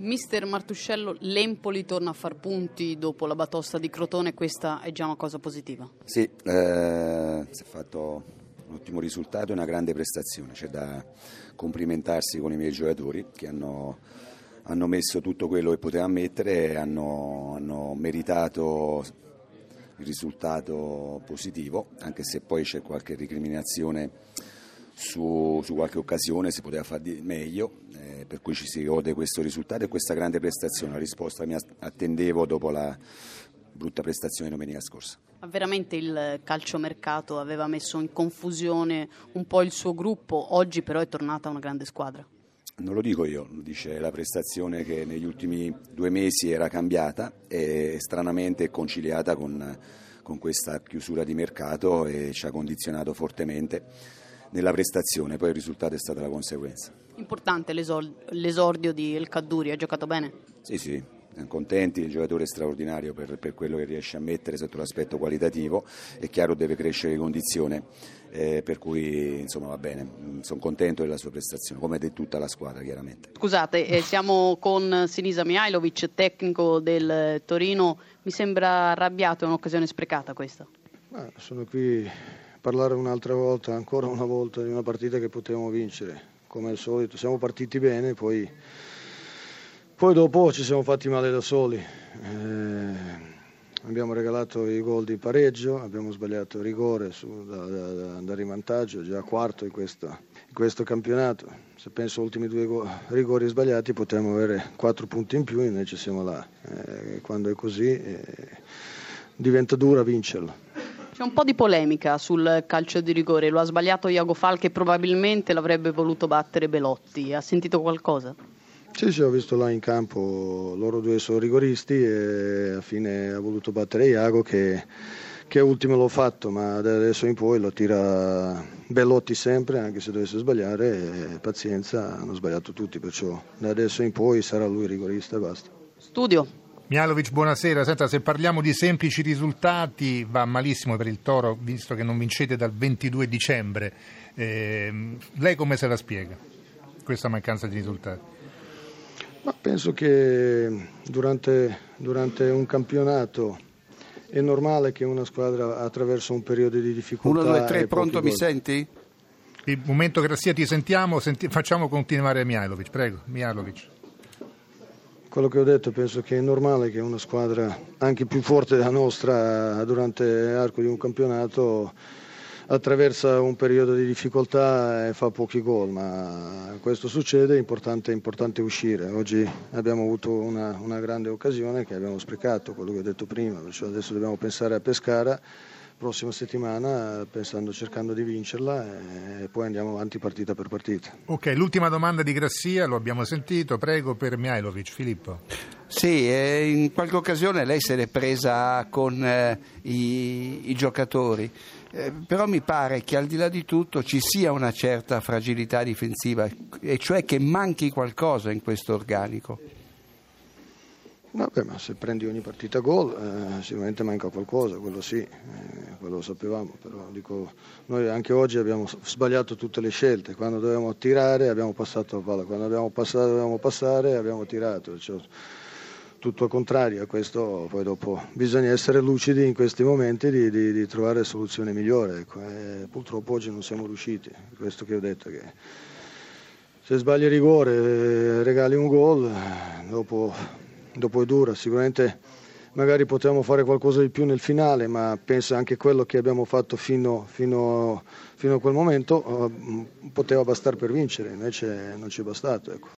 Mister Martuscello, l'Empoli torna a far punti dopo la batosta di Crotone, questa è già una cosa positiva? Sì, si è fatto un ottimo risultato e una grande prestazione, c'è da complimentarsi con i miei giocatori che hanno messo tutto quello che potevano mettere e hanno meritato il risultato positivo, anche se poi c'è qualche recriminazione su qualche occasione, si poteva fare meglio, per cui ci si gode questo risultato e questa grande prestazione, la risposta che mi attendevo dopo la brutta prestazione domenica scorsa. Veramente il calciomercato aveva messo in confusione un po' il suo gruppo, oggi però è tornata una grande squadra. Non lo dico io, lo dice la prestazione che negli ultimi 2 mesi era cambiata e stranamente è conciliata con questa chiusura di mercato e ci ha condizionato fortemente nella prestazione, poi il risultato è stata la conseguenza. Importante l'esordio di El Kaddouri, ha giocato bene? Sì, siamo contenti, il giocatore è straordinario per quello che riesce a mettere sotto l'aspetto qualitativo, è chiaro deve crescere di condizione, per cui insomma va bene, sono contento della sua prestazione, come di tutta la squadra chiaramente. Scusate, siamo con Sinisa Mihajlovic, tecnico del Torino, mi sembra arrabbiato, è un'occasione sprecata questa? Sono qui a parlare ancora una volta di una partita che potevamo vincere, come al solito, siamo partiti bene, poi dopo ci siamo fatti male da soli, abbiamo regalato i gol di pareggio, abbiamo sbagliato il rigore da andare in vantaggio, già quarto in questo campionato, se penso agli ultimi 2 rigori sbagliati potremmo avere 4 punti in più, invece siamo là, quando è così diventa dura vincerlo. C'è un po' di polemica sul calcio di rigore, lo ha sbagliato Iago Fall che probabilmente l'avrebbe voluto battere Belotti, ha sentito qualcosa? Sì, ho visto là in campo, loro 2 sono rigoristi e alla fine ha voluto battere Iago che ultimo l'ho fatto, ma da adesso in poi lo tira Belotti sempre, anche se dovesse sbagliare, pazienza, hanno sbagliato tutti, perciò da adesso in poi sarà lui rigorista e basta. Studio. Mihajlovic, buonasera. Senta, se parliamo di semplici risultati va malissimo per il Toro, visto che non vincete dal 22 dicembre. Lei come se la spiega, questa mancanza di risultati? Ma penso che durante un campionato è normale che una squadra attraverso un periodo di difficoltà... 1, 2, 3, pronto, mi senti? Il momento Grassia ti sentiamo, facciamo continuare Mihajlovic, prego, Mihajlovic. Quello che ho detto, penso che è normale che una squadra anche più forte della nostra durante l'arco di un campionato attraversa un periodo di difficoltà e fa pochi gol, ma questo succede, è importante uscire. Oggi abbiamo avuto una grande occasione che abbiamo sprecato, quello che ho detto prima, perciò adesso dobbiamo pensare a Pescara prossima settimana cercando di vincerla e poi andiamo avanti partita per partita. Ok, l'ultima domanda di Grassia, lo abbiamo sentito, prego per Mihajlovic. Filippo. Sì, in qualche occasione lei se l'è presa con i giocatori, però mi pare che al di là di tutto ci sia una certa fragilità difensiva, e cioè che manchi qualcosa in questo organico. Vabbè, ma se prendi ogni partita gol sicuramente manca qualcosa, quello sì, quello lo sapevamo, però dico, noi anche oggi abbiamo sbagliato tutte le scelte, quando dovevamo tirare abbiamo passato la palla, quando dovevamo passare abbiamo tirato, cioè, tutto al contrario, questo poi dopo bisogna essere lucidi in questi momenti di trovare soluzione migliore, ecco, purtroppo oggi non siamo riusciti, questo che ho detto, che se sbagli il rigore regali un gol, dopo è dura, sicuramente magari potevamo fare qualcosa di più nel finale, ma penso anche quello che abbiamo fatto fino a quel momento poteva bastare per vincere, invece non ci è bastato. Ecco.